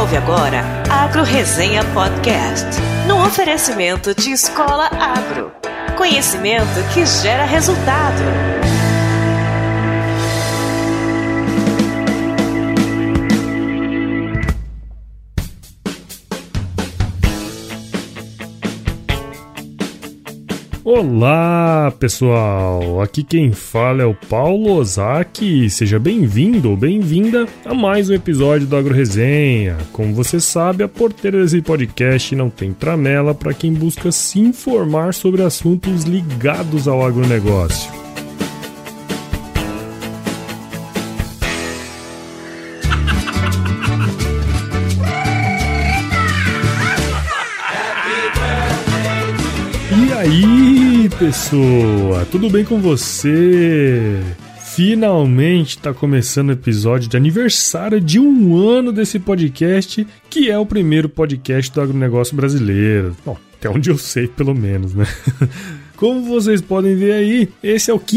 ouve agora Agro Resenha Podcast, no oferecimento de Escola Agro. Conhecimento que gera resultado. Olá pessoal, aqui quem fala é o Paulo Ozaki, seja bem-vindo ou bem-vinda a mais um episódio do Agro Resenha. Como você sabe, a porteira desse podcast não tem tramela para quem busca se informar sobre assuntos ligados ao agronegócio. E aí, pessoa, tudo bem com você? Finalmente está começando o episódio de aniversário de um ano desse podcast, que é o primeiro podcast do agronegócio brasileiro. Bom, até onde eu sei, pelo menos, né? Como vocês podem ver aí, esse é o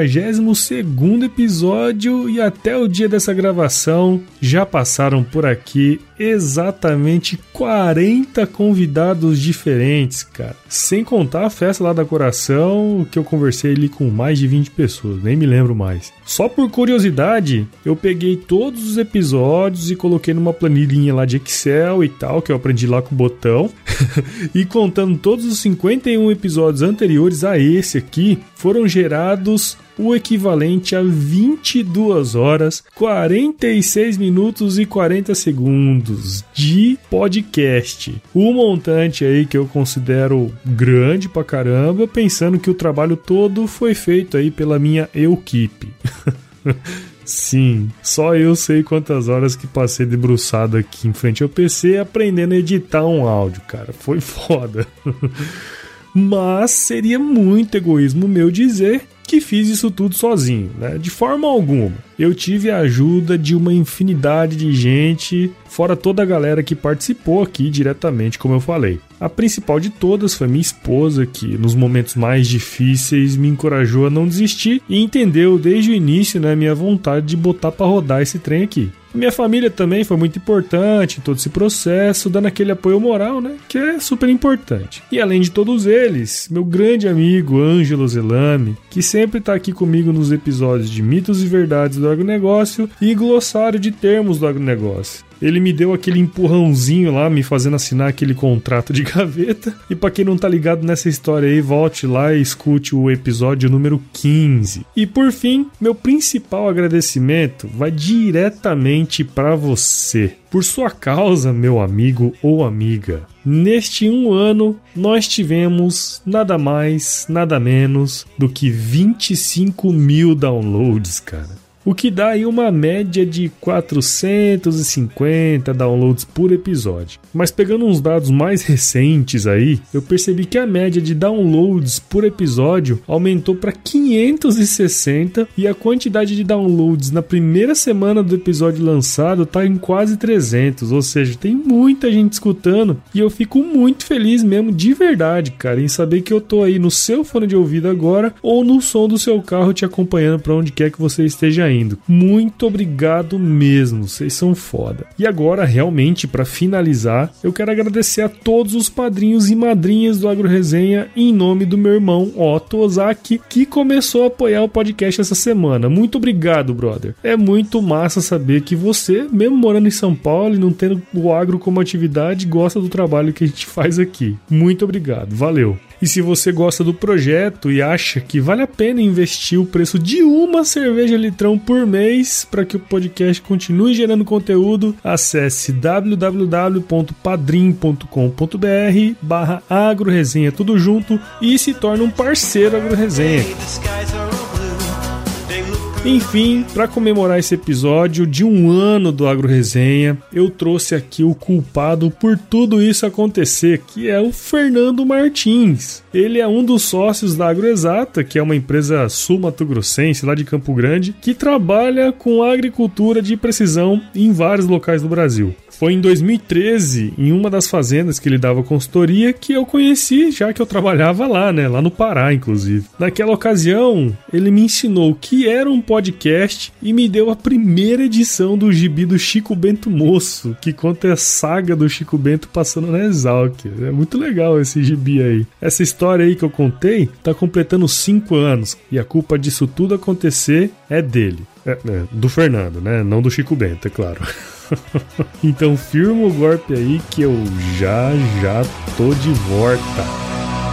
52º episódio e até o dia dessa gravação já passaram por aqui exatamente 40 convidados diferentes, cara. Sem contar a festa lá da Coração, que eu conversei ali com mais de 20 pessoas, nem me lembro mais. Só por curiosidade, eu peguei todos os episódios e coloquei numa planilhinha lá de Excel e tal, que eu aprendi lá com o botão. E contando todos os 51 episódios anteriores a esse aqui, foram gerados o equivalente a 22 horas, 46 minutos e 40 segundos de podcast. Um montante aí que eu considero grande pra caramba, pensando que o trabalho todo foi feito aí pela minha equipe. Sim, só eu sei quantas horas que passei debruçado aqui em frente ao PC aprendendo a editar um áudio, cara. Foi foda. Mas seria muito egoísmo meu dizer que fiz isso tudo sozinho, né? De forma alguma. Eu tive a ajuda de uma infinidade de gente, fora toda a galera que participou aqui diretamente, como eu falei. A principal de todas foi minha esposa, que nos momentos mais difíceis me encorajou a não desistir e entendeu desde o início, né, minha vontade de botar pra rodar esse trem aqui. Minha família também foi muito importante em todo esse processo, dando aquele apoio moral, né, que é super importante. E além de todos eles, meu grande amigo Ângelo Zelame, que sempre tá aqui comigo nos episódios de Mitos e Verdades do Agronegócio e Glossário de Termos do Agronegócio. Ele me deu aquele empurrãozinho lá, me fazendo assinar aquele contrato de gaveta. E pra quem não tá ligado nessa história aí, volte lá e escute o episódio número 15. E por fim, meu principal agradecimento vai diretamente pra você. Por sua causa, meu amigo ou amiga. Neste um ano, nós tivemos nada mais, nada menos do que 25 mil downloads, cara. O que dá aí uma média de 450 downloads por episódio. Mas pegando uns dados mais recentes aí, eu percebi que a média de downloads por episódio aumentou para 560 e a quantidade de downloads na primeira semana do episódio lançado tá em quase 300, ou seja, tem muita gente escutando e eu fico muito feliz mesmo de verdade, cara, em saber que eu tô aí no seu fone de ouvido agora ou no som do seu carro te acompanhando para onde quer que você esteja indo. Muito obrigado mesmo, vocês são foda. E agora, realmente, para finalizar, eu quero agradecer a todos os padrinhos e madrinhas do Agro Resenha em nome do meu irmão Otto Ozaki, que começou a apoiar o podcast essa semana. Muito obrigado, brother. É muito massa saber que você, mesmo morando em São Paulo e não tendo o agro como atividade, gosta do trabalho que a gente faz aqui. Muito obrigado, valeu. E se você gosta do projeto e acha que vale a pena investir o preço de uma cerveja litrão por mês para que o podcast continue gerando conteúdo, acesse www.padrim.com.br/agroresenha tudo junto e se torne um parceiro AgroResenha. Enfim, para comemorar esse episódio de um ano do Agro Resenha, eu trouxe aqui o culpado por tudo isso acontecer, que é o Fernando Martins. Ele é um dos sócios da Agroexata, que é uma empresa sul-mato-grossense lá de Campo Grande, que trabalha com agricultura de precisão em vários locais do Brasil. Foi em 2013, em uma das fazendas que ele dava consultoria, que eu conheci, já que eu trabalhava lá, né? Lá no Pará, inclusive. Naquela ocasião, ele me ensinou o que era um podcast e me deu a primeira edição do gibi do Chico Bento Moço, que conta a saga do Chico Bento passando na Exalc. É muito legal esse gibi aí. Essa história aí que eu contei tá completando 5 anos e a culpa disso tudo acontecer é dele. Do Fernando, né? Não do Chico Bento, é claro. Então firma o golpe aí que eu já tô de volta.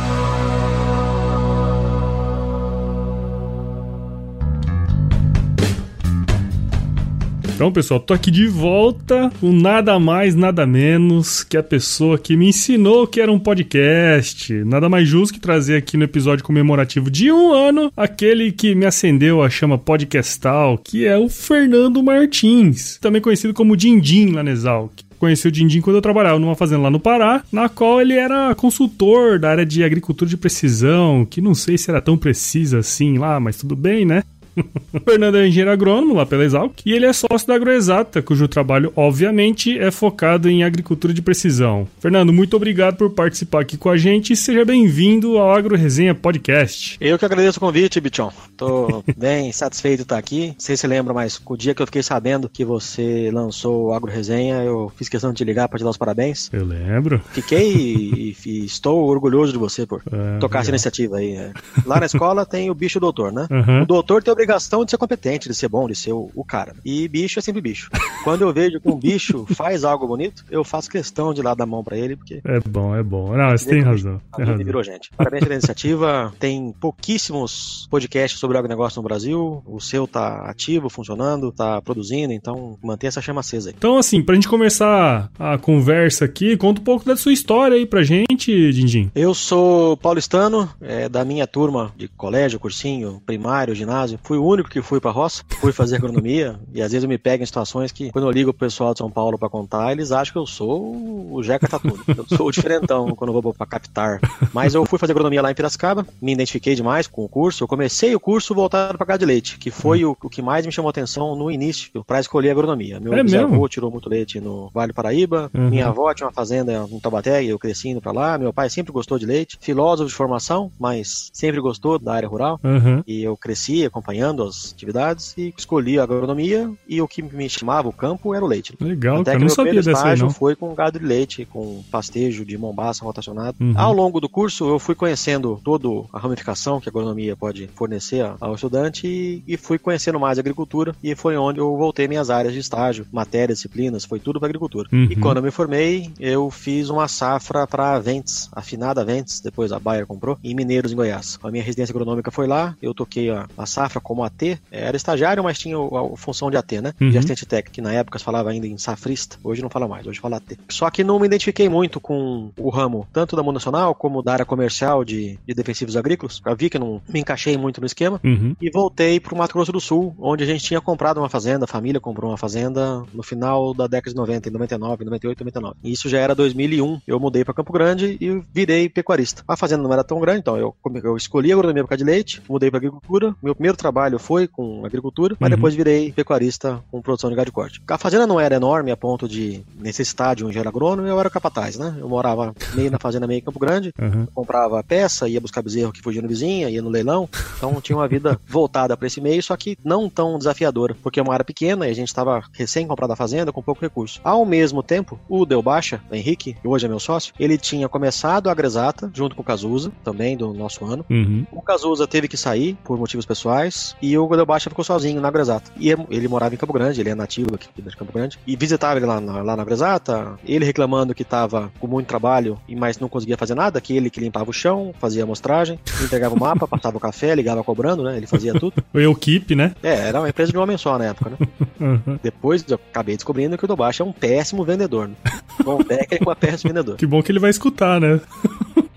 Então, pessoal, tô aqui de volta com nada mais, nada menos que a pessoa que me ensinou que era um podcast. Nada mais justo que trazer aqui no episódio comemorativo de 1 ano aquele que me acendeu a chama podcastal, que é o Fernando Martins, também conhecido como Dindim lá na Exalc. Conheci o Dindim quando eu trabalhava numa fazenda lá no Pará, na qual ele era consultor da área de agricultura de precisão, que não sei se era tão precisa assim lá, mas tudo bem, né? O Fernando é engenheiro agrônomo lá pela Exalc e ele é sócio da Agroexata, cujo trabalho, obviamente, é focado em agricultura de precisão. Fernando, muito obrigado por participar aqui com a gente e seja bem-vindo ao AgroResenha Podcast. Eu que agradeço o convite, Bichon. Tô bem satisfeito de estar aqui. Não sei se você lembra, mas o dia que eu fiquei sabendo que você lançou o AgroResenha, eu fiz questão de te ligar para te dar os parabéns. Eu lembro. Fiquei e estou orgulhoso de você por tocar essa iniciativa aí. Lá na escola tem o bicho doutor, né? O doutor tem obrigação de ser competente, de ser bom, de ser o cara. E bicho é sempre bicho. Quando eu vejo que um bicho faz algo bonito, eu faço questão de ir lá dar a mão pra ele, porque... É bom. Não, você tem razão. Virou gente. Parabéns pela iniciativa. Tem pouquíssimos podcasts sobre agronegócio no Brasil. O seu tá ativo, funcionando, tá produzindo, então mantenha essa chama acesa aí. Então, assim, pra gente começar a conversa aqui, conta um pouco da sua história aí pra gente, Dindim. Eu sou paulistano, da minha turma de colégio, cursinho, primário, ginásio. Fui o único que fui pra roça, fui fazer agronomia, e às vezes eu me pego em situações que, quando eu ligo pro pessoal de São Paulo pra contar, eles acham que eu sou o Jeca Tatudo. Eu sou o diferentão quando eu vou pra captar. Mas eu fui fazer agronomia lá em Piracicaba, me identifiquei demais com o curso. Eu comecei o curso voltado pra gado de leite, que foi o que mais me chamou a atenção no início pra escolher agronomia. Meu bisavô tirou muito leite no Vale do Paraíba, minha avó tinha uma fazenda em Taubaté e eu cresci indo pra lá. Meu pai sempre gostou de leite, filósofo de formação, mas sempre gostou da área rural. E eu cresci acompanhando as atividades e escolhi a agronomia, e o que me chamava o campo era o leite. Legal, até que que eu não meu sabia primeiro dessa aí, estágio não. foi com gado de leite, com pastejo de mombaça rotacionado. Ao longo do curso eu fui conhecendo toda a ramificação que a agronomia pode fornecer ao estudante e fui conhecendo mais a agricultura, e foi onde eu voltei minhas áreas de estágio, matérias, disciplinas, foi tudo para agricultura. E quando eu me formei, eu fiz uma safra para Aventes, afinada Aventes, depois a Bayer comprou, em Mineiros, em Goiás. A minha residência agronômica foi lá, eu toquei a safra como AT, era estagiário, mas tinha a função de AT, né? De assistente técnico, que na época se falava ainda em safrista, hoje não fala mais, hoje fala AT. Só que não me identifiquei muito com o ramo, tanto da multinacional como da área comercial de defensivos agrícolas. Eu vi que não me encaixei muito no esquema e voltei para o Mato Grosso do Sul, onde a gente tinha comprado uma fazenda, a família comprou uma fazenda no final da década de 90, em 99, 98, 99. E isso já era 2001, eu mudei para Campo Grande e virei pecuarista. A fazenda não era tão grande, então eu escolhi a agronomia por causa de leite, mudei para agricultura. Meu primeiro trabalho foi com agricultura, mas depois virei pecuarista com produção de gado de corte. A fazenda não era enorme a ponto de necessitar de um engenheiro agrônomo, eu era capataz, né? Eu morava meio na fazenda, meio em Campo Grande, comprava peça, ia buscar bezerro que fugia no vizinho, ia no leilão, então tinha uma vida voltada para esse meio, só que não tão desafiadora, porque é uma área pequena e a gente estava recém-comprado a fazenda com pouco recurso. Ao mesmo tempo, o Delbacha, o Henrique, que hoje é meu sócio, ele tinha começado a Agroexata junto com o Cazuza, também do nosso ano. O Cazuza teve que sair por motivos pessoais e o Delbacha ficou sozinho na Agroexata. E ele morava em Campo Grande, ele é nativo aqui de Campo Grande, e visitava ele lá na Agroexata, ele reclamando que estava com muito trabalho, mas não conseguia fazer nada, que ele que limpava o chão, fazia a amostragem, entregava o mapa, passava o café, ligava cobrando, né? Ele fazia tudo. O Equipe, né? Era uma empresa de um homem só na época, né? Depois eu acabei descobrindo que o Delbacha é um péssimo vendedor, né? Bom técnico, mas péssimo vendedor. Que bom que ele vai escutar, né?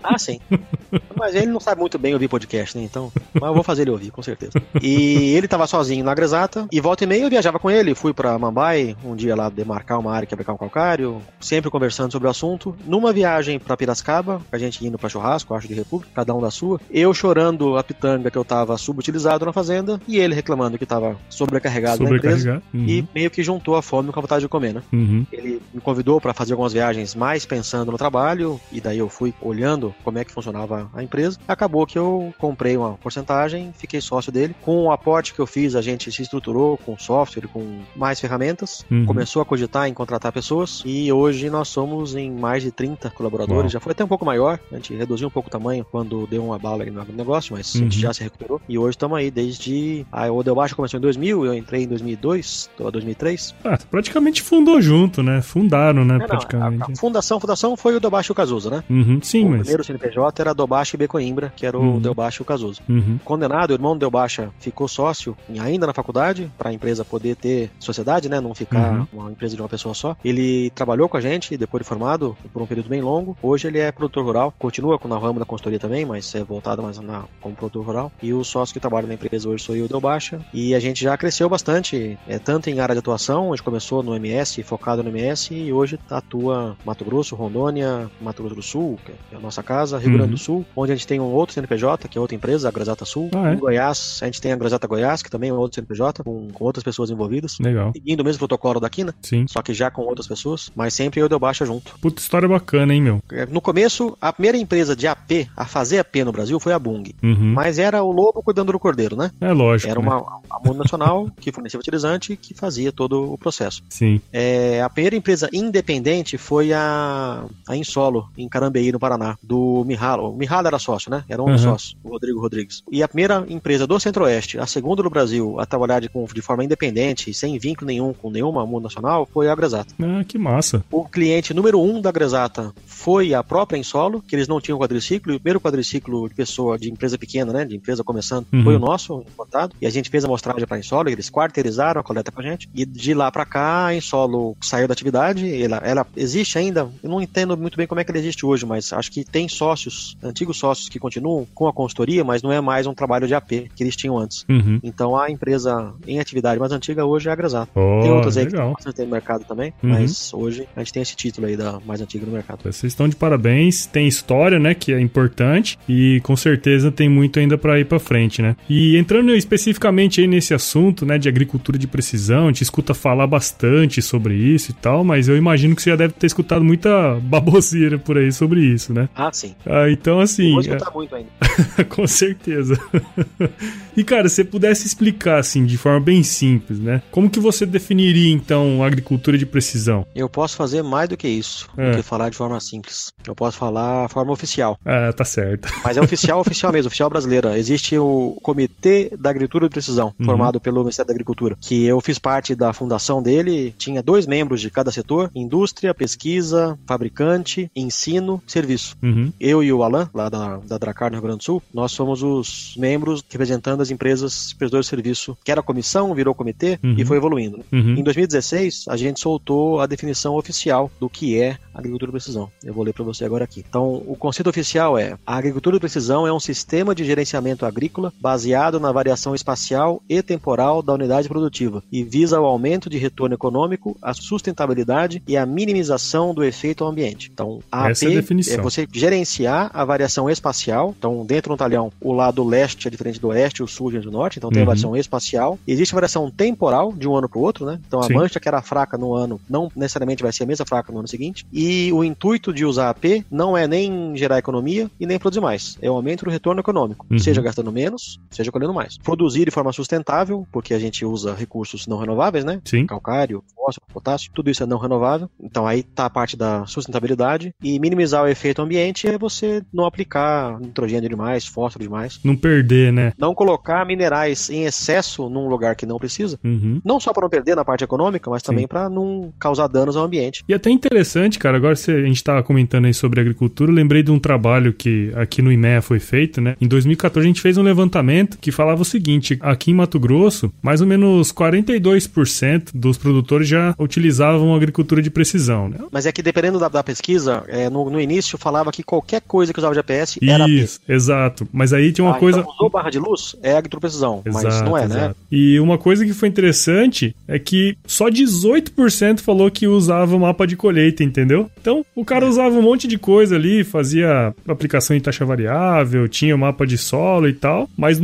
Ah, sim. Mas ele não sabe muito bem ouvir podcast, né? Então, mas eu vou fazer ele ouvir, com certeza. E ele tava sozinho na Agresata, e volta e meia eu viajava com ele, fui pra Mambai, um dia lá demarcar uma área, quebrar um calcário, sempre conversando sobre o assunto. Numa viagem pra Piracicaba, a gente indo pra churrasco, acho de República, cada um da sua, eu chorando a pitanga que eu tava subutilizado na fazenda, e ele reclamando que tava sobrecarregado na empresa, e meio que juntou a fome com a vontade de comer, né? Ele me convidou pra fazer algumas viagens mais pensando no trabalho, e daí eu fui olhando como é que funcionava a empresa. Acabou que eu comprei uma porcentagem, fiquei sócio dele. Com o aporte que eu fiz, a gente se estruturou com software, com mais ferramentas, começou a cogitar em contratar pessoas, e hoje nós somos em mais de 30 colaboradores. Já foi até um pouco maior, a gente reduziu um pouco o tamanho quando deu uma bala aí no negócio, mas a gente já se recuperou. E hoje estamos aí desde... o Deu Baixo começou em 2000, eu entrei em 2002, 2003. Praticamente fundou junto, né? Fundaram, né? Praticamente. A fundação foi o Deu Baixo e o Cazuza, né? Sim, o primeiro CNPJ era Deu Baixo e B. Coimbra, que era o Deu Baixo e o Cazuza. Condenado, o irmão do Deu Baixa ficou sócio ainda na faculdade, para a empresa poder ter sociedade, né? Não ficar uma empresa de uma pessoa só. Ele trabalhou com a gente, depois de formado, por um período bem longo. Hoje ele é produtor rural, continua na ramo da consultoria também, mas é voltado mais como produtor rural. E o sócio que trabalha na empresa hoje sou eu, Deu Baixa. E a gente já cresceu bastante, tanto em área de atuação, a gente começou no MS, focado no MS, e hoje atua Mato Grosso, Rondônia, Mato Grosso do Sul, que é a nossa casa, Rio Grande do Sul, onde a gente tem um outro CNPJ, que é outra empresa, a Agresata Sul. Em Goiás, a gente tem a Agresata Goiás, que também é um outro CNPJ, com outras pessoas envolvidas. Legal. Seguindo o mesmo protocolo daqui, né? Sim. Só que já com outras pessoas, mas sempre eu Deu Baixa junto. Puta história bacana, hein, meu? No começo, a primeira empresa de AP a fazer AP no Brasil foi a Bung. Mas era o lobo cuidando do cordeiro, né? É lógico. Era uma multinacional que fornecia fertilizante e que fazia todo o processo. Sim. A primeira empresa independente foi a Insolo, em Carambeí, no Paraná, do Mihalo. O Mihalo era sócio, né? Era um dos sócios, o Rodrigo Rodrigues. E a primeira empresa do Centro-Oeste, a segunda do Brasil, a trabalhar de forma independente, sem vínculo nenhum com nenhuma multinacional, foi a Agresata. Que massa. O cliente número 1 da Agresata foi a própria Insolo, que eles não tinham quadriciclo, e o primeiro quadriciclo de empresa pequena, né? De empresa começando, foi o nosso, importado. E a gente fez a mostragem para a Insolo, eles quarteirizaram a coleta com a gente. E de lá para cá, a Insolo saiu da atividade, ela existe ainda, eu não entendo muito bem como é que ela existe hoje, mas acho que tem sócios, antigos sócios que continuam com a consultoria, mas não é mais um trabalho de AP que eles tinham antes. Então a empresa em atividade mais antiga hoje é a Agresata. Tem outras aí que tem no mercado também, mas hoje a gente tem esse título aí da mais antiga no mercado. Vocês estão de parabéns, tem história, né, que é importante e com certeza tem muito ainda para ir para frente, né? E entrando especificamente aí nesse assunto, né, de agricultura de precisão, a gente escuta falar bastante sobre isso e tal, mas eu imagino que você já deve ter escutado muita baboseira por aí sobre isso, né? Sim. Então assim... Vou escutar muito ainda. Com certeza. E cara, se você pudesse explicar assim, de forma bem simples, né? Como que você definiria então a agricultura de precisão? Eu posso fazer mais do que isso, do que falar de forma simples. Eu posso falar a forma oficial. Tá certo. Mas é oficial mesmo, oficial brasileira. Existe o Comitê da Agricultura de Precisão, formado pelo Ministério da Agricultura, que eu fiz parte da fundação dele, tinha 2 membros de cada setor, indústria, pesquisa, fabricante, ensino, serviço. Eu e o Alan, lá da Dracar no Rio Grande do Sul, nós somos os membros representando as empresas prestadoras de serviço, que era a comissão, virou comitê e foi evoluindo. Né? Em 2016, a gente soltou a definição oficial do que é agricultura de precisão. Eu vou ler para você agora aqui. Então, o conceito oficial é: a agricultura de precisão é um sistema de gerenciamento agrícola baseado na variação espacial e temporal da unidade produtiva e visa o aumento de retorno econômico, a sustentabilidade e a minimização do efeito ao ambiente. Então, a essa é a definição. É você gerenciar a variação espacial. Então, dentro do talhão, o lado leste é diferente do oeste, o sul é diferente do norte. Então, tem a variação espacial. Existe a variação temporal de um ano para o outro, né? Então, a mancha que era fraca no ano não necessariamente vai ser a mesma fraca no ano seguinte. E o intuito de usar AP não é nem gerar economia e nem produzir mais. É o aumento do retorno econômico. Seja gastando menos, seja colhendo mais. Produzir de forma sustentável, porque a gente usa recursos não renováveis, né? Sim. Calcário, fósforo, potássio, tudo isso é não renovável. Então aí tá a parte da sustentabilidade. E minimizar o efeito ambiente é você não aplicar nitrogênio demais, fósforo demais. Não perder, né? Não colocar minerais em excesso num lugar que não precisa. Não só para não perder na parte econômica, mas também para não causar danos ao ambiente. E até interessante, cara, agora a gente tava comentando aí sobre agricultura, eu lembrei de um trabalho que aqui no IMEA foi feito, né? Em 2014 a gente fez um levantamento que falava o seguinte: aqui em Mato Grosso, mais ou menos 42% dos produtores já utilizavam agricultura de precisão, né? Mas é que dependendo da pesquisa, no início falava que qualquer coisa que usava GPS era Isso, exato. Mas aí tinha uma coisa... Então usou barra de luz, é agriprecisão, exato, mas não é, exato, né? E uma coisa que foi interessante é que só 18% falou que usava o mapa de colheita, entendeu? Então, o cara usava um monte de coisa ali, fazia aplicação em taxa variável, tinha o mapa de solo e tal, mas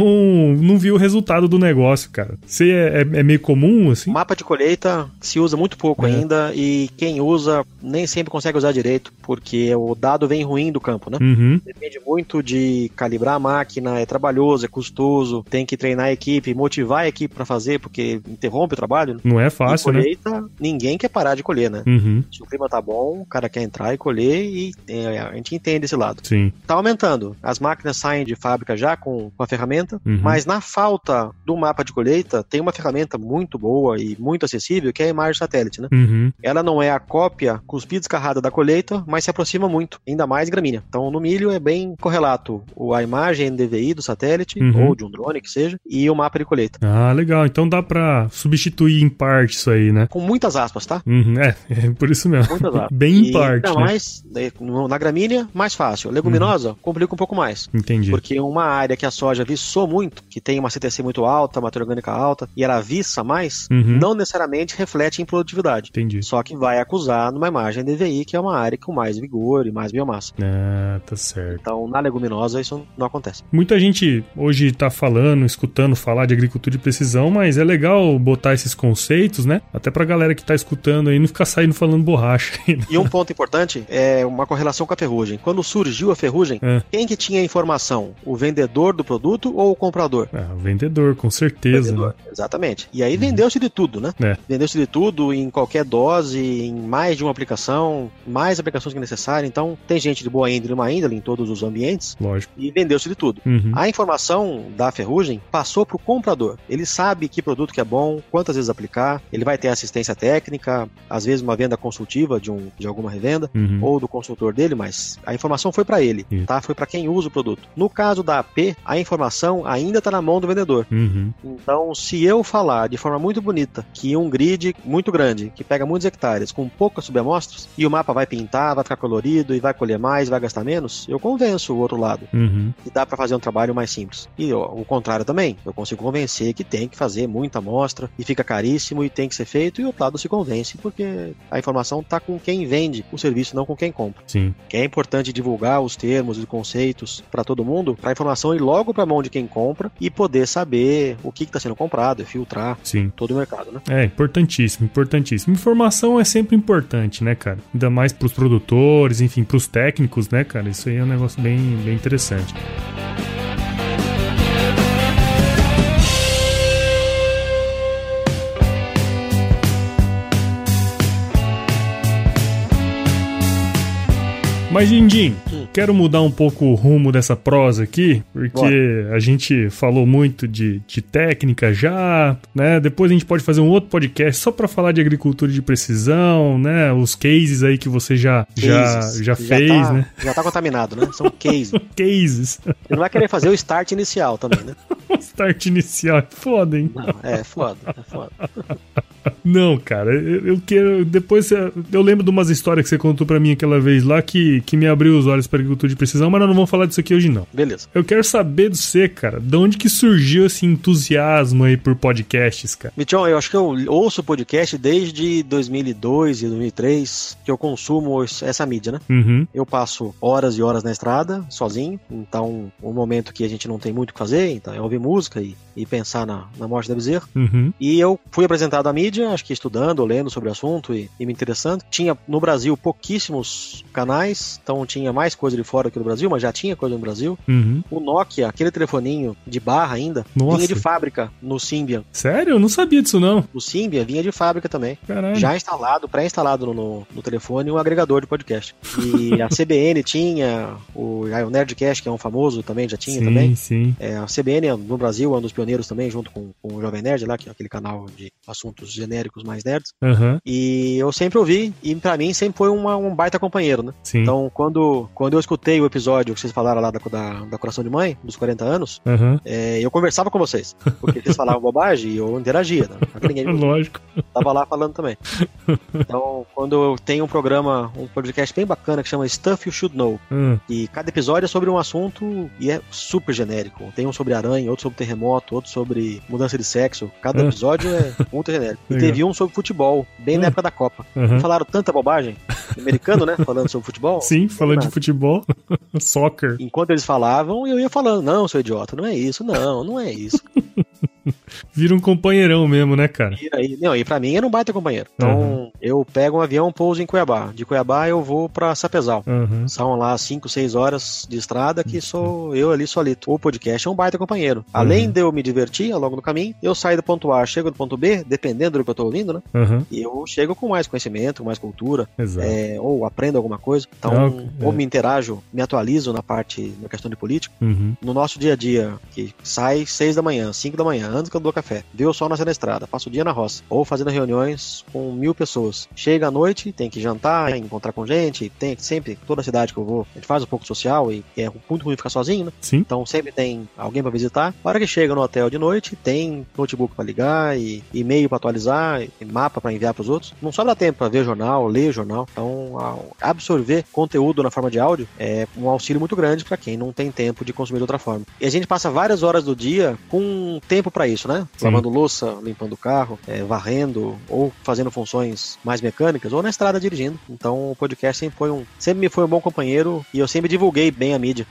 não viu o resultado do negócio, cara. Isso é meio comum, assim? O mapa de colheita se usa muito pouco ainda, e quem usa nem sempre consegue usar direito, porque o dado vem ruim do campo, né? Depende muito de calibrar a máquina, é trabalhoso, é custoso, tem que treinar a equipe, motivar a equipe pra fazer, porque interrompe o trabalho. Não é fácil, e colheita, né? Ninguém quer parar de colher, né? Se o clima tá bom, o cara quer entrar e colher, e a gente entende esse lado. Sim. Tá aumentando. As máquinas saem de fábrica já com a ferramenta, mas na falta do mapa de colheita, tem uma ferramenta muito boa e muito acessível, que é a imagem satélite, né? Ela não é a cópia cuspida e descarrada da colheita, mas se aproxima muito, ainda mais gramínea. Então, no milho é bem correlato a imagem NDVI do satélite, ou de um drone, que seja, e o mapa de colheita. Ah, legal. Então dá pra substituir em parte isso aí, né? Com muitas aspas, tá? É por isso mesmo. Muitas aspas. Bem em parte, ainda né? mais, na gramínea, mais fácil. Leguminosa, complica um pouco mais. Entendi. Porque uma área que a soja viçou muito, que tem uma CTC muito alta, matéria orgânica alta, e ela viça mais, não necessariamente reflete em produtividade. Entendi. Só que vai acusar numa imagem DVI, que é uma área com mais vigor e mais biomassa. Ah, tá certo. Então, na leguminosa, isso não acontece. Muita gente hoje tá falando, escutando falar de agricultura de precisão, mas é legal botar esses conceitos, né? Até pra galera que tá escutando aí não ficar saindo falando borracha. E um ponto importante é uma correlação com a ferrugem. Quando surgiu a ferrugem, quem que tinha a informação? O vendedor do produto ou o comprador? O vendedor, com certeza. Vendedor, né? Exatamente. E aí vendeu-se de tudo, né? Vendeu-se de tudo em qualquer dose, em mais de uma aplicação, mais aplicações que necessário. Então, tem gente de boa índole e má índole em todos os ambientes. Lógico. E vendeu-se de tudo. A informação da ferrugem passou para o comprador. Ele sabe que produto que é bom, quantas vezes aplicar, ele vai ter assistência técnica, às vezes uma venda consultiva de alguma revenda, ou do consultor dele, mas a informação foi para ele, tá? Foi para quem usa o produto. No caso da AP, a informação ainda está na mão do vendedor. Então, se eu falar de forma muito bonita que um grid muito grande, que pega muitos hectares, com poucas subamostras, e o mapa vai pintar, vai ficar colorido, e vai colher mais, vai gastar menos, eu convenço o outro lado. E dá para fazer um trabalho mais simples. E o contrário também, eu consigo convencer que tem que fazer muita amostra, e fica caríssimo, e tem que ser feito, e o outro lado se convence, porque a informação está com quem vende o serviço, não com quem compra. Sim. Que é importante divulgar os termos e conceitos para todo mundo, para a informação ir logo para a mão de quem compra e poder saber o que está sendo comprado e filtrar todo o mercado, né? É importantíssimo, importantíssimo. Informação é sempre importante, né, cara? Ainda mais pros produtores, enfim, pros técnicos, né, cara? Isso aí é um negócio bem interessante. Mas, Dindim, quero mudar um pouco o rumo dessa prosa aqui, porque a gente falou muito de técnica já, né? Depois a gente pode fazer um outro podcast só pra falar de agricultura de precisão, né? Os cases aí que você já fez, né? Já tá contaminado, né? São cases. Cases. Você não vai querer fazer o start inicial também, né? O start inicial é foda, hein? Não, é foda. Não, cara, eu quero... Depois eu lembro de umas histórias que você contou pra mim aquela vez lá que me abriu os olhos pra agricultura de precisão, mas nós não vamos falar disso aqui hoje, não. Beleza. Eu quero saber de você, cara, de onde que surgiu esse entusiasmo aí por podcasts, cara? Michon, eu acho que eu ouço podcast desde 2002 e 2003, que eu consumo essa mídia, né? Eu passo horas e horas na estrada, sozinho, então um momento que a gente não tem muito o que fazer, então é ouvir música e pensar na morte da bezerra. E eu fui apresentado à mídia, acho que estudando, lendo sobre o assunto e me interessando. Tinha no Brasil pouquíssimos canais, então tinha mais coisa de fora que no Brasil, mas já tinha coisa no Brasil. O Nokia, aquele telefoninho de barra ainda, vinha de fábrica no Symbian. Sério? Eu não sabia disso, não. O Symbian vinha de fábrica também. Caralho. Já instalado, pré-instalado no telefone, um agregador de podcast. E a CBN tinha, o Nerdcast, que é um famoso também, já tinha também. Sim. A CBN no Brasil é um dos pioneiros também, junto com o Jovem Nerd lá, que é aquele canal de assuntos genéricos mais nerds. Uhum. E eu sempre ouvi, e pra mim sempre foi um baita companheiro, né? Sim. Então, quando eu escutei o episódio que vocês falaram lá da Coração de Mãe, dos 40 anos, eu conversava com vocês, porque vocês falavam bobagem e eu interagia, né? Ninguém Lógico. Tava lá falando também. Então, quando eu tenho um podcast bem bacana que chama Stuff You Should Know, e cada episódio é sobre um assunto e é super genérico. Tem um sobre aranha, outro sobre terremoto, outro sobre mudança de sexo. Cada episódio é muito genérico. E teve um sobre futebol, bem na época da Copa. Falaram tanta bobagem, americano, né? Falando sobre futebol. Sim, falando de futebol. Soccer. Enquanto eles falavam, eu ia falando, não, seu idiota, não é isso, não é isso. Vira um companheirão mesmo, né, cara? E pra mim era um baita companheiro. Então, eu pego um avião, pouso em Cuiabá. De Cuiabá eu vou pra Sapezal. São lá 5, 6 horas de estrada que sou eu ali solito. O podcast é um baita companheiro. Além de eu me divertir ao longo do caminho, eu saio do ponto A, chego do ponto B, dependendo do que eu tô ouvindo, né? E eu chego com mais conhecimento, com mais cultura. Ou aprendo alguma coisa. Então, ou me interajo, me atualizo na questão de política. No nosso dia a dia, que sai 6 da manhã, 5 da manhã, antes que eu dou café, vê o sol nascer na estrada, passo o dia na roça, ou fazendo reuniões com 1000 pessoas. Chega à noite, tem que jantar, encontrar com gente, tem sempre, toda a cidade que eu vou, a gente faz um pouco social e é muito ruim ficar sozinho, né? Sim. Então sempre tem alguém pra visitar. Na hora que chega no hotel de noite, tem notebook pra ligar, e e-mail pra atualizar, e mapa pra enviar pros outros. Não sobra tempo pra ver jornal, ler jornal. Então, absorver conteúdo na forma de áudio é um auxílio muito grande pra quem não tem tempo de consumir de outra forma. E a gente passa várias horas do dia com tempo pra isso, né? Sim. Lavando louça, limpando o carro, varrendo ou fazendo funções mais mecânicas ou na estrada dirigindo. Então o podcast sempre me foi um bom companheiro e eu sempre divulguei bem a mídia.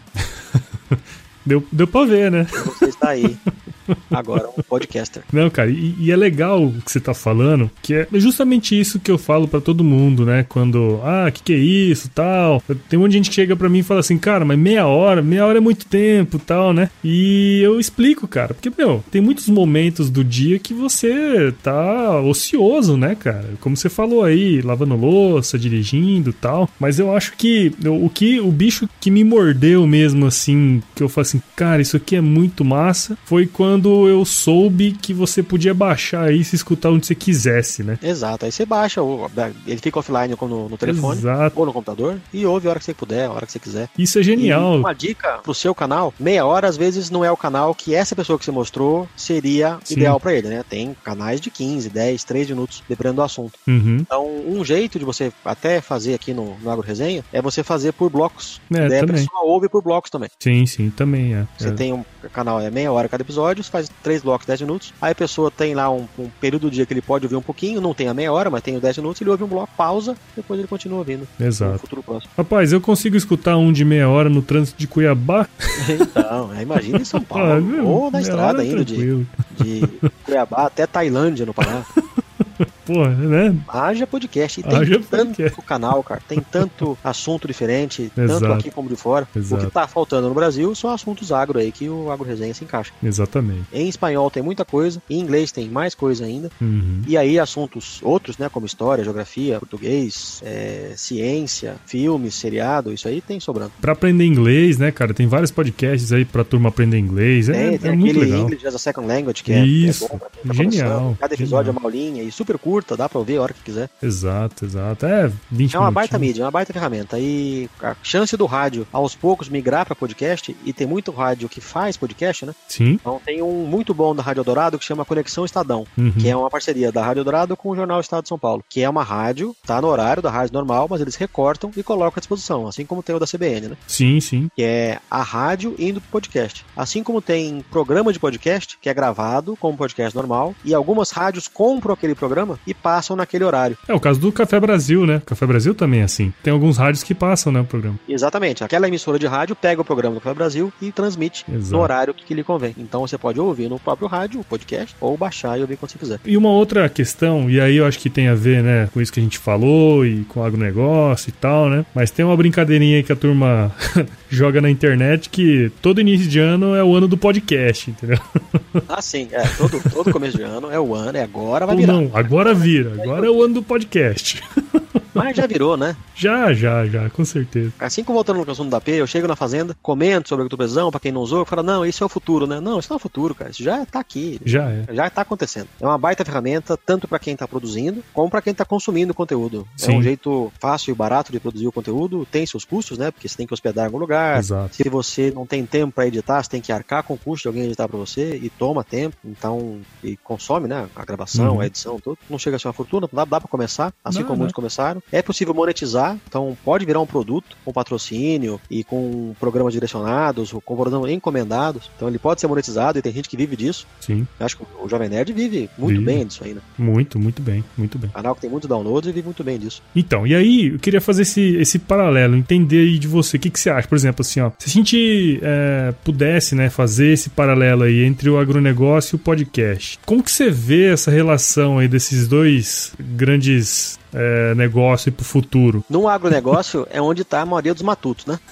Deu pra ver, né? Você está aí. Agora um podcaster. Não, cara, e é legal o que você tá falando, que é justamente isso que eu falo pra todo mundo, né? Quando, que é isso, tal. Tem um monte de gente que chega pra mim e fala assim, cara, mas meia hora é muito tempo, tal, né? E eu explico, cara, porque, tem muitos momentos do dia que você tá ocioso, né, cara? Como você falou aí, lavando louça, dirigindo, tal. Mas eu acho que o bicho que me mordeu mesmo, assim, que eu falo assim, cara, isso aqui é muito massa, foi quando eu soube que você podia baixar aí e se escutar onde você quisesse, né? Exato, aí você baixa, ele fica offline no telefone. Exato. Ou no computador e ouve a hora que você puder, a hora que você quiser. Isso é genial. E uma dica pro seu canal, meia hora às vezes não é o canal que essa pessoa que você mostrou seria ideal pra ele, né? Tem canais de 15, 10, 3 minutos, dependendo do assunto. Então, um jeito de você até fazer aqui no Agro Resenha é você fazer por blocos. Daí a pessoa ouve por blocos também. Sim, também é. Você tem um canal, meia hora cada episódio, você faz 3 blocos, 10 minutos. Aí a pessoa tem lá um período do dia que ele pode ouvir um pouquinho, não tem a meia hora, mas tem os 10 minutos, ele ouve um bloco, pausa, depois ele continua ouvindo. Exato. No futuro próximo. Rapaz, eu consigo escutar um de meia hora no trânsito de Cuiabá? Então, imagina em São Paulo, ou na estrada indo de Cuiabá até Tailândia, no Pará. Porra, né? Haja podcast. E tem tanto canal, cara. Tem tanto assunto diferente, tanto aqui como de fora. Exato. O que tá faltando no Brasil são assuntos agro aí, que o Agro Resenha se encaixa. Exatamente. Em espanhol tem muita coisa, em inglês tem mais coisa ainda. E aí assuntos outros, né, como história, geografia, português, ciência, filmes, seriado, isso aí tem sobrando. Pra aprender inglês, né, cara? Tem vários podcasts aí pra turma aprender inglês. Tem muito aquele legal. English as a Second Language, que isso. É bom pra quem tá Genial. Cada episódio é uma aulinha e super curta, dá pra ouvir a hora que quiser. Exato. 20 É uma baita mídia, é uma baita ferramenta. E a chance do rádio aos poucos migrar pra podcast, e tem muito rádio que faz podcast, né? Sim. Então tem um muito bom da Rádio Eldorado que chama Conexão Estadão, que é uma parceria da Rádio Eldorado com o Jornal Estado de São Paulo, que é uma rádio, tá no horário da rádio normal, mas eles recortam e colocam à disposição, assim como tem o da CBN, né? Sim. Que é a rádio indo pro podcast. Assim como tem programa de podcast, que é gravado como podcast normal, e algumas rádios compram aquele programa e passam naquele horário. É o caso do Café Brasil, né? Café Brasil também é assim. Tem alguns rádios que passam, né, o programa. Exatamente. Aquela emissora de rádio pega o programa do Café Brasil e transmite no horário que lhe convém. Então você pode ouvir no próprio rádio, o podcast, ou baixar e ouvir quando você quiser. E uma outra questão, e aí eu acho que tem a ver, né, com isso que a gente falou e com o agronegócio e tal, né? Mas tem uma brincadeirinha aí que a turma joga na internet que todo início de ano é o ano do podcast, entendeu? Ah, sim. Todo começo de ano é o ano, agora vai virar. Não, agora vira. Agora é o ano do podcast. Mas já virou, né? Já, com certeza. Assim como voltando no assunto da P, eu chego na fazenda, comento sobre a agricultura, pra quem não usou, fala, não, isso é o futuro, né? Não, isso não é o futuro, cara. Isso já tá aqui. Já tá acontecendo. É uma baita ferramenta, tanto pra quem tá produzindo, como pra quem tá consumindo o conteúdo. Sim. É um jeito fácil e barato de produzir o conteúdo, tem seus custos, né? Porque você tem que hospedar em algum lugar. Exato. Se você não tem tempo pra editar, você tem que arcar com o custo de alguém editar pra você, e toma tempo, então, e consome, né? A gravação, a edição, tudo. Não chega a ser uma fortuna, dá pra começar, assim como muitos começaram. É possível monetizar, então pode virar um produto com patrocínio e com programas direcionados, ou com programas encomendados. Então ele pode ser monetizado e tem gente que vive disso. Sim. Eu acho que o Jovem Nerd vive muito bem disso aí, né? Muito bem. O canal que tem muitos downloads e vive muito bem disso. Então, e aí eu queria fazer esse paralelo, entender aí de você, o que você acha? Por exemplo, assim, ó, se a gente pudesse, né, fazer esse paralelo aí entre o agronegócio e o podcast, como que você vê essa relação aí desses dois grandes negócios aí pro futuro? No agronegócio é onde tá a maioria dos matutos, né?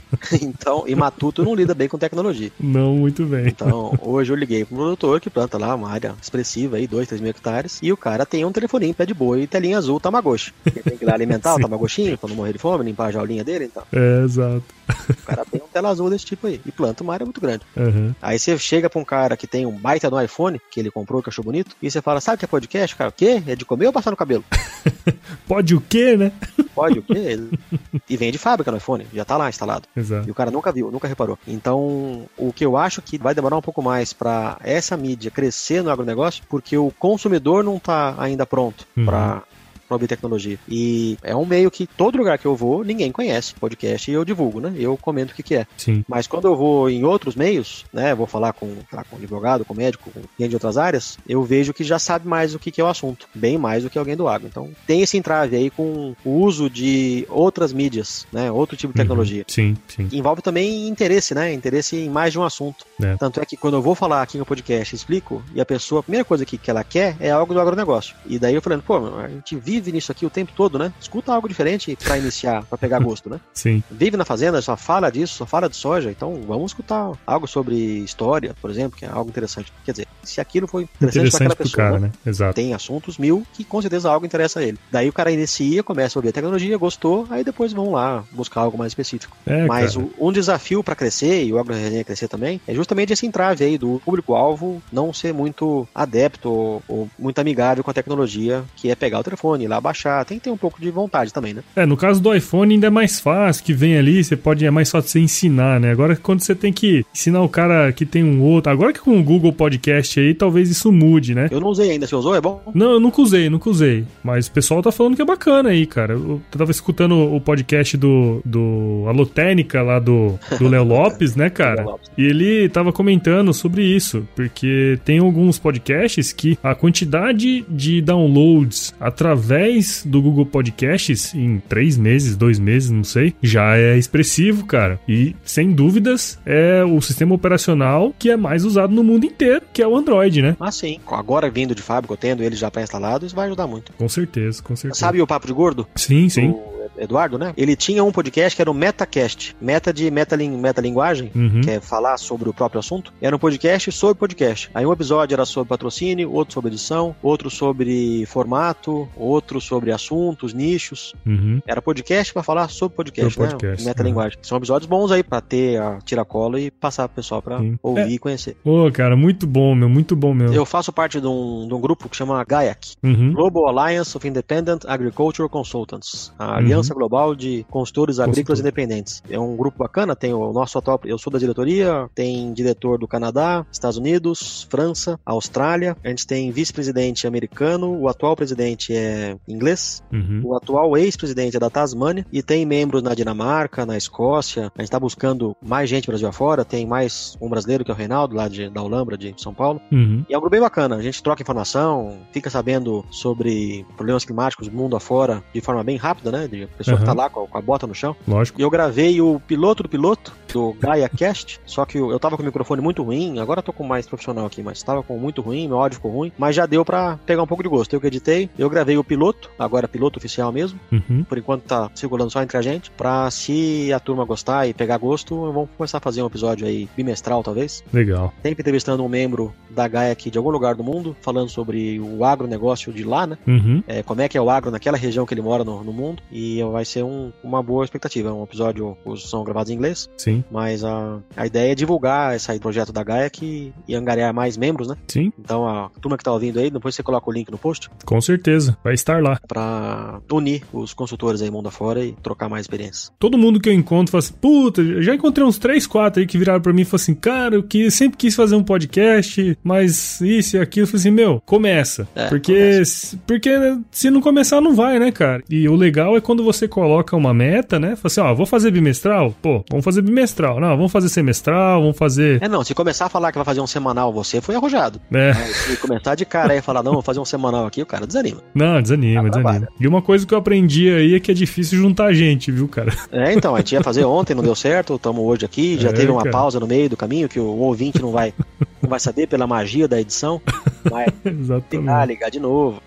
Então, e matuto não lida bem com tecnologia. Não muito bem. Então, hoje eu liguei para um produtor que planta lá uma área expressiva aí, 2, 3 mil hectares, e o cara tem um telefoninho, pé de boi, telinha azul, Tamagotchi. Ele tem que ir lá alimentar o Tamagotchinho pra não morrer de fome, limpar a jaulinha dele, então. Exato. O cara tem um tela azul desse tipo aí, e planta uma área muito grande. Aí você chega pra um cara que tem um baita no iPhone, que ele comprou, que achou bonito, e você fala, sabe o que é podcast? Cara, o quê? É de comer ou passar no cabelo? Pode o quê, né? Pode o quê? E vem de fábrica no iPhone, já tá lá instalado. Exato. E o cara nunca viu, nunca reparou. Então, o que eu acho que vai demorar um pouco mais pra essa mídia crescer no agronegócio, porque o consumidor não tá ainda pronto pra ouvir tecnologia. E é um meio que todo lugar que eu vou, ninguém conhece podcast e eu divulgo, né? Eu comento o que é. Sim. Mas quando eu vou em outros meios, né? Vou falar com advogado, com médico, com gente de outras áreas, eu vejo que já sabe mais o que é o assunto. Bem mais do que alguém do agro. Então, tem esse entrave aí com o uso de outras mídias, né? Outro tipo de tecnologia. Sim. Envolve também interesse, né? Interesse em mais de um assunto. Tanto é que quando eu vou falar aqui no podcast, explico, e a pessoa, a primeira coisa que ela quer é algo do agronegócio. E daí eu falando, pô, a gente vive nisso aqui o tempo todo, né? Escuta algo diferente pra iniciar, pra pegar gosto, né? Sim. Vive na fazenda, só fala disso, só fala de soja, então vamos escutar algo sobre história, por exemplo, que é algo interessante. Quer dizer, se aquilo foi interessante pra aquela pessoa, cara, né? Exato. Tem assuntos 1000 que com certeza algo interessa a ele. Daí o cara inicia, começa a ouvir a tecnologia, gostou, aí depois vão lá buscar algo mais específico. Mas um desafio pra crescer, e o Agro Resenha crescer também, é justamente esse entrave aí do público-alvo não ser muito adepto ou muito amigável com a tecnologia, que é pegar o telefone, ir lá baixar. Tem que ter um pouco de vontade também, né? No caso do iPhone ainda é mais fácil, que vem ali, é mais fácil você ensinar, né? Agora quando você tem que ensinar o cara que tem um outro, agora que com o Google Podcast aí, talvez isso mude, né? Eu não usei ainda, você usou? É bom? Não, eu nunca usei, mas o pessoal tá falando que é bacana aí, cara. Eu tava escutando o podcast do Alotênica lá do Léo Lopes, né, cara? E ele tava comentando sobre isso, porque tem alguns podcasts que a quantidade de downloads através do Google Podcasts em 3 meses, 2 meses, não sei, já é expressivo, cara. E, sem dúvidas, é o sistema operacional que é mais usado no mundo inteiro, que é o Android, né? Ah, sim. Agora, vindo de fábrica, eu tendo ele já pré-instalado, isso vai ajudar muito. Com certeza. Sabe o Papo de Gordo? Sim. Eduardo, né? Ele tinha um podcast que era o Metacast. Meta de metalinguagem, que é falar sobre o próprio assunto. Era um podcast sobre podcast. Aí um episódio era sobre patrocínio, outro sobre edição, outro sobre formato, outro sobre assuntos, nichos. Era podcast pra falar sobre podcast, né? Metalinguagem. São episódios bons aí pra ter a tiracola e passar pro pessoal pra ouvir e conhecer. Cara, muito bom, meu. Eu faço parte de um grupo que chama GAIAC, Global Alliance of Independent Agricultural Consultants. A Aliança Global de Consultores Agrícolas Independentes. É um grupo bacana, tem o nosso atual, eu sou da diretoria, tem diretor do Canadá, Estados Unidos, França, Austrália, a gente tem vice-presidente americano, o atual presidente é inglês, o atual ex-presidente é da Tasmânia, e tem membros na Dinamarca, na Escócia, a gente tá buscando mais gente Brasil afora, tem mais um brasileiro que é o Reinaldo, lá da Olambra, de São Paulo, e é um grupo bem bacana, a gente troca informação, fica sabendo sobre problemas climáticos do mundo afora de forma bem rápida, né, a pessoa que tá lá com a bota no chão. Lógico. E eu gravei o piloto do piloto do GaiaCast, só que eu tava com o microfone muito ruim, agora eu tô com mais profissional aqui, mas tava com muito ruim, meu áudio ficou ruim, mas já deu pra pegar um pouco de gosto. Eu que editei, eu gravei o piloto, agora piloto oficial mesmo, por enquanto tá circulando só entre a gente, pra se a turma gostar e pegar gosto, vamos começar a fazer um episódio aí bimestral, talvez. Legal. Sempre entrevistando um membro da Gaia aqui de algum lugar do mundo, falando sobre o agronegócio de lá, né? Como é que é o agro naquela região que ele mora no mundo, e vai ser uma boa expectativa. É um episódio, os são gravados em inglês, sim, mas a ideia é divulgar esse projeto da Gaia e angariar mais membros, né? Sim. Então a turma que tá ouvindo aí, depois você coloca o link no post. Com certeza, vai estar lá. Pra unir os consultores aí mundo afora e trocar mais experiências. Todo mundo que eu encontro fala assim, puta, eu já encontrei uns 3, 4 aí que viraram pra mim e falaram assim, cara, eu sempre quis fazer um podcast, mas isso e aquilo. Eu falei assim, meu, começa. Porque se não começar, não vai, né, cara? E o legal é quando você coloca uma meta, né? Fala assim, ó, vou fazer bimestral? Pô, vamos fazer bimestral. Não, vamos fazer semestral, vamos fazer... Não, se começar a falar que vai fazer um semanal, você foi arrojado. Mas se começar de cara aí e falar, não, vou fazer um semanal aqui, o cara desanima. Não, desanima. E uma coisa que eu aprendi aí é que é difícil juntar gente, viu, cara? Então, a gente ia fazer ontem, não deu certo, estamos hoje aqui, já teve uma pausa no meio do caminho que o ouvinte não vai saber pela magia da edição, mas ligar de novo.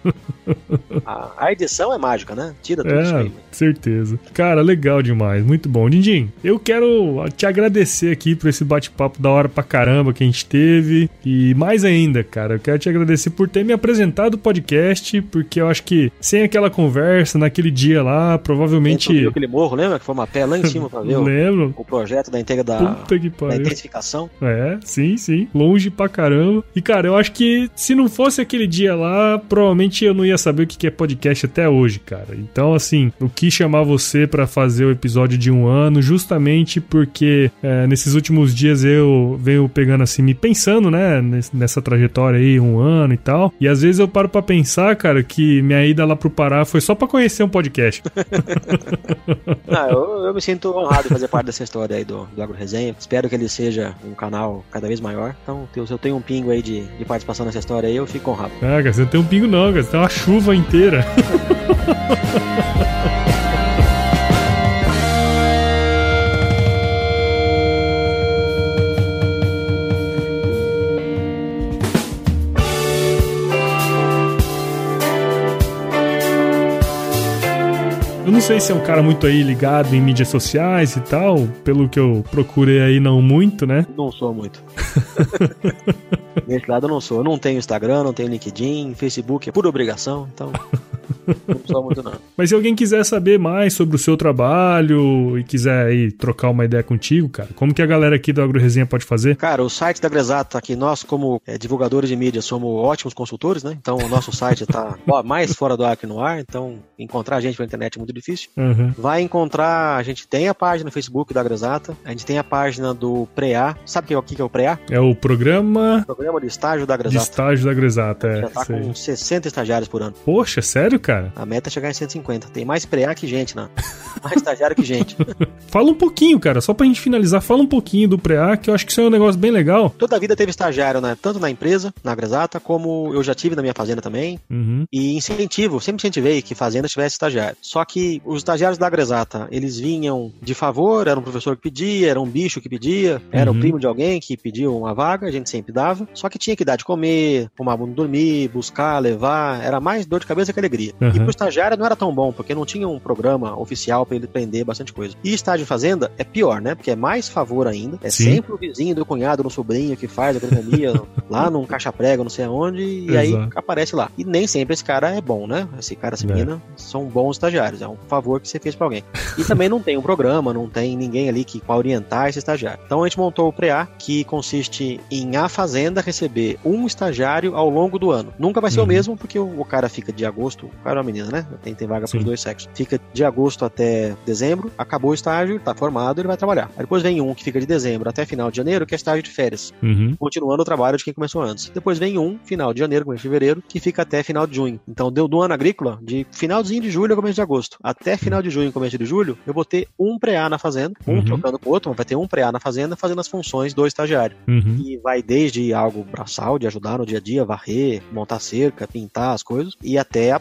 A edição é mágica, né? Tira tudo isso aí. Certeza. Cara, legal demais, muito bom. Dindim, eu quero te agradecer aqui por esse bate-papo da hora pra caramba que a gente teve, e mais ainda, cara, eu quero te agradecer por ter me apresentado o podcast, porque eu acho que sem aquela conversa, naquele dia lá, provavelmente... Viu aquele morro, lembra? Que foi uma pé lá em cima pra ver o projeto da intensificação. Sim, longe pra caramba. E, cara, eu acho que se não fosse aquele dia lá, provavelmente eu não ia saber o que é podcast até hoje, cara. Então, assim, eu quis chamar você pra fazer o episódio de 1 ano, justamente porque nesses últimos dias eu venho pegando assim, me pensando, né, nessa trajetória aí, 1 ano e tal. E às vezes eu paro pra pensar, cara, que minha ida lá pro Pará foi só pra conhecer um podcast. Eu me sinto honrado de fazer parte dessa história aí do Agro Resenha. Espero que ele seja um canal cada vez maior. Então, se eu tenho um pingo aí de participação nessa história aí, eu fico honrado. Cara, você não tem um pingo não, cara. Você tem uma chuva inteira. Eu não sei se é um cara muito aí ligado em mídias sociais e tal, pelo que eu procurei aí, não muito, né? Não sou muito. Nesse lado eu não sou. Eu não tenho Instagram, não tenho LinkedIn, Facebook é por obrigação, então... Não sou muito não. Mas se alguém quiser saber mais sobre o seu trabalho e quiser aí trocar uma ideia contigo, cara, como que a galera aqui do Agro Resenha pode fazer? Cara, o site da AgroExata, que nós como divulgadores de mídia somos ótimos consultores, né? Então o nosso site tá mais fora do ar que no ar, então encontrar a gente pela internet é muito difícil. Vai encontrar, a gente tem a página no Facebook da AgroExata, a gente tem a página do PREA. Sabe o que é o PREA? É o Programa de Estágio da AgroExata. De Estágio da AgroExata, já tá com 60 estagiários por ano. Poxa, sério, cara? A meta é chegar em 150. Tem mais PREA que gente, né? Mais estagiário que gente. Fala um pouquinho, cara, só pra gente finalizar, fala um pouquinho do PREA, que eu acho que isso é um negócio bem legal. Toda a vida teve estagiário, né? Tanto na empresa, na AgroExata, como eu já tive na minha fazenda também. E sempre incentivei que fazenda tivesse estagiário. Só que os estagiários da AgroExata, eles vinham de favor, era um professor que pedia, era um bicho que pedia, era o primo de alguém que pedia uma vaga, a gente sempre dava. Só que tinha que dar de comer, arrumar bom dormir, buscar, levar, era mais dor de cabeça que alegria. E pro estagiário não era tão bom, porque não tinha um programa oficial pra ele aprender bastante coisa. E estágio de fazenda é pior, né? Porque é mais favor ainda. É sempre o vizinho do cunhado, do sobrinho que faz agronomia lá num caixa-prega, não sei aonde, e aí aparece lá. E nem sempre esse cara é bom, né? Esse cara, essa menina, são bons estagiários. É um favor que você fez pra alguém. E também não tem um programa, não tem ninguém ali pra orientar esse estagiário. Então a gente montou o PREA, que consiste em a fazenda receber um estagiário ao longo do ano. Nunca vai ser o mesmo, porque o cara fica de agosto, o cara é uma menina, né? Tem vaga para os dois sexos. Fica de agosto até dezembro, acabou o estágio, tá formado, ele vai trabalhar. Aí depois vem um que fica de dezembro até final de janeiro, que é estágio de férias. Continuando o trabalho de quem começou antes. Depois vem um, final de janeiro, começo de fevereiro, que fica até final de junho. Então, deu do ano agrícola, de finalzinho de julho a começo de agosto, até final de junho, começo de julho, eu vou ter um PREA na fazenda, um trocando com o outro, mas vai ter um PREA na fazenda fazendo as funções do estagiário. E vai desde algo braçal, de ajudar no dia a dia, varrer, montar cerca, pintar as coisas, e até a parte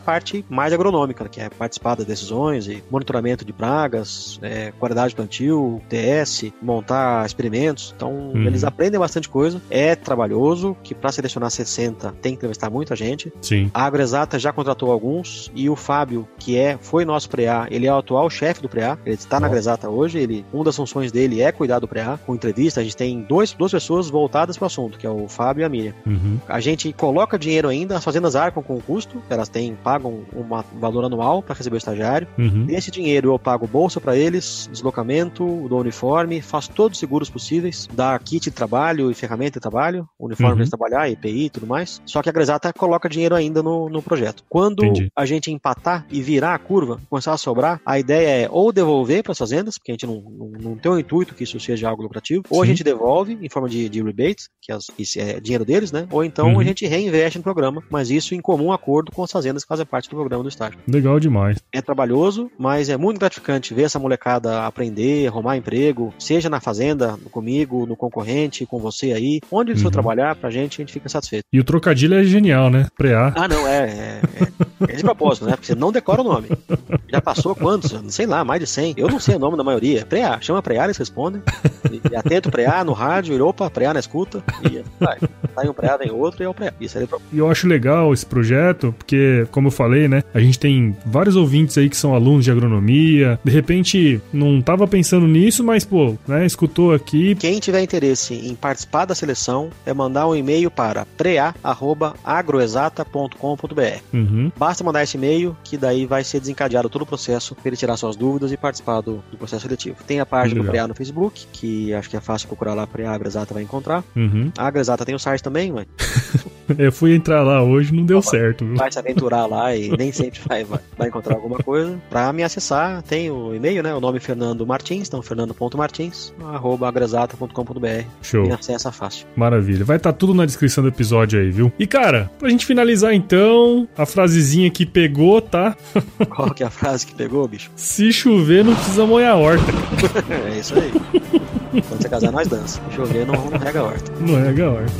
parte mais agronômica, que é participar das decisões e monitoramento de pragas, qualidade de plantio, TS, montar experimentos. Então, eles aprendem bastante coisa. É trabalhoso, que para selecionar 60 tem que entrevistar muita gente. Sim. A AgroExata já contratou alguns e o Fábio, que foi nosso PREA, ele é o atual chefe do PREA, ele está na AgroExata hoje, uma das funções dele é cuidar do PREA, com entrevista. A gente tem duas pessoas voltadas para o assunto, que é o Fábio e a Miriam. A gente coloca dinheiro ainda, as fazendas arcam com o custo, elas pagam um valor anual para receber o estagiário. Esse dinheiro eu pago bolsa para eles, deslocamento, dou uniforme, faço todos os seguros possíveis, dá kit de trabalho e ferramenta de trabalho, uniforme para eles trabalhar, EPI e tudo mais. Só que a AgroExata coloca dinheiro ainda no projeto. Quando a gente empatar e virar a curva, começar a sobrar, a ideia é ou devolver para as fazendas, porque a gente não tem o intuito que isso seja algo lucrativo, ou a gente devolve em forma de rebates, que é dinheiro deles, né? Ou então a gente reinveste no programa, mas isso em comum acordo com as fazendas que fazem parte do programa do estágio. Legal demais. É trabalhoso, mas é muito gratificante ver essa molecada aprender, arrumar emprego, seja na fazenda, comigo, no concorrente, com você aí, onde eles for trabalhar, pra gente, a gente fica satisfeito. E o trocadilho é genial, né? PREA. Ah, não, é de propósito, né? Porque você não decora o nome. Já passou quantos? Sei lá, mais de 100. Eu não sei o nome da maioria. PREA. Chama PREA, eles respondem. E atento PREA no rádio, e opa, PREA na escuta. E vai. Sai um PREA, vem outro e é o PREA. Isso é E eu acho legal esse projeto, porque, como eu falei, né? A gente tem vários ouvintes aí que são alunos de agronomia. De repente, não tava pensando nisso, mas, pô, né? Escutou aqui. Quem tiver interesse em participar da seleção, é mandar um e-mail para prea@agroexata.com.br. Basta mandar esse e-mail, que daí vai ser desencadeado todo o processo para ele tirar suas dúvidas e participar do processo seletivo. Tem a página do PREA no Facebook, que acho que é fácil procurar lá, PREA AgroExata vai encontrar. A AgroExata tem o site também, mas... Eu fui entrar lá hoje, não deu certo, viu? Vai se aventurar lá e nem sempre vai encontrar alguma coisa. Pra me acessar, tem o e-mail, né? O nome é Fernando Martins, então fernando.martins@agroexata.com.br. Show. E acessa fácil. Maravilha. Vai estar tudo na descrição do episódio aí, viu? E, cara, pra gente finalizar então, a frasezinha que pegou, tá? Qual que é a frase que pegou, bicho? Se chover, não precisa molhar a horta. É isso aí. Quando você casar, nós dança. Se chover, não rega a horta. Não rega a horta.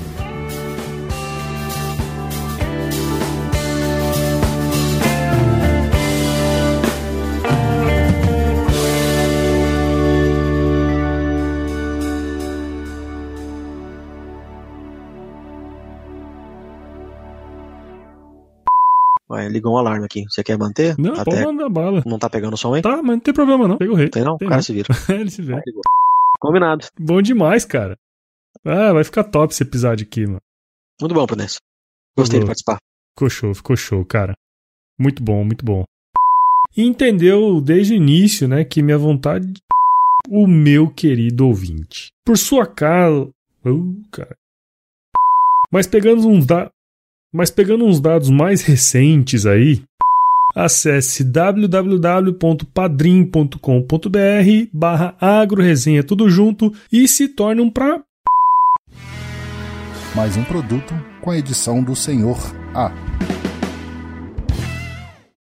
Ligou um alarme aqui. Você quer manter? Não, pode mandar bala. Não tá pegando som aí? Tá, mas não tem problema não. Pega o rei. Tem não? O cara se vira. Ele se vira. Combinado. Bom demais, cara. Vai ficar top esse episódio aqui, mano. Muito bom, Prudêncio. Gostei de participar. Ficou show, cara. Muito bom, muito bom. E entendeu desde o início, né, que minha vontade... O meu querido ouvinte. Por sua cara... cara. Mas pegando uns dados mais recentes aí, acesse www.padrim.com.br/agroresenha tudo junto e se torne um Mais um produto com a edição do Senhor A.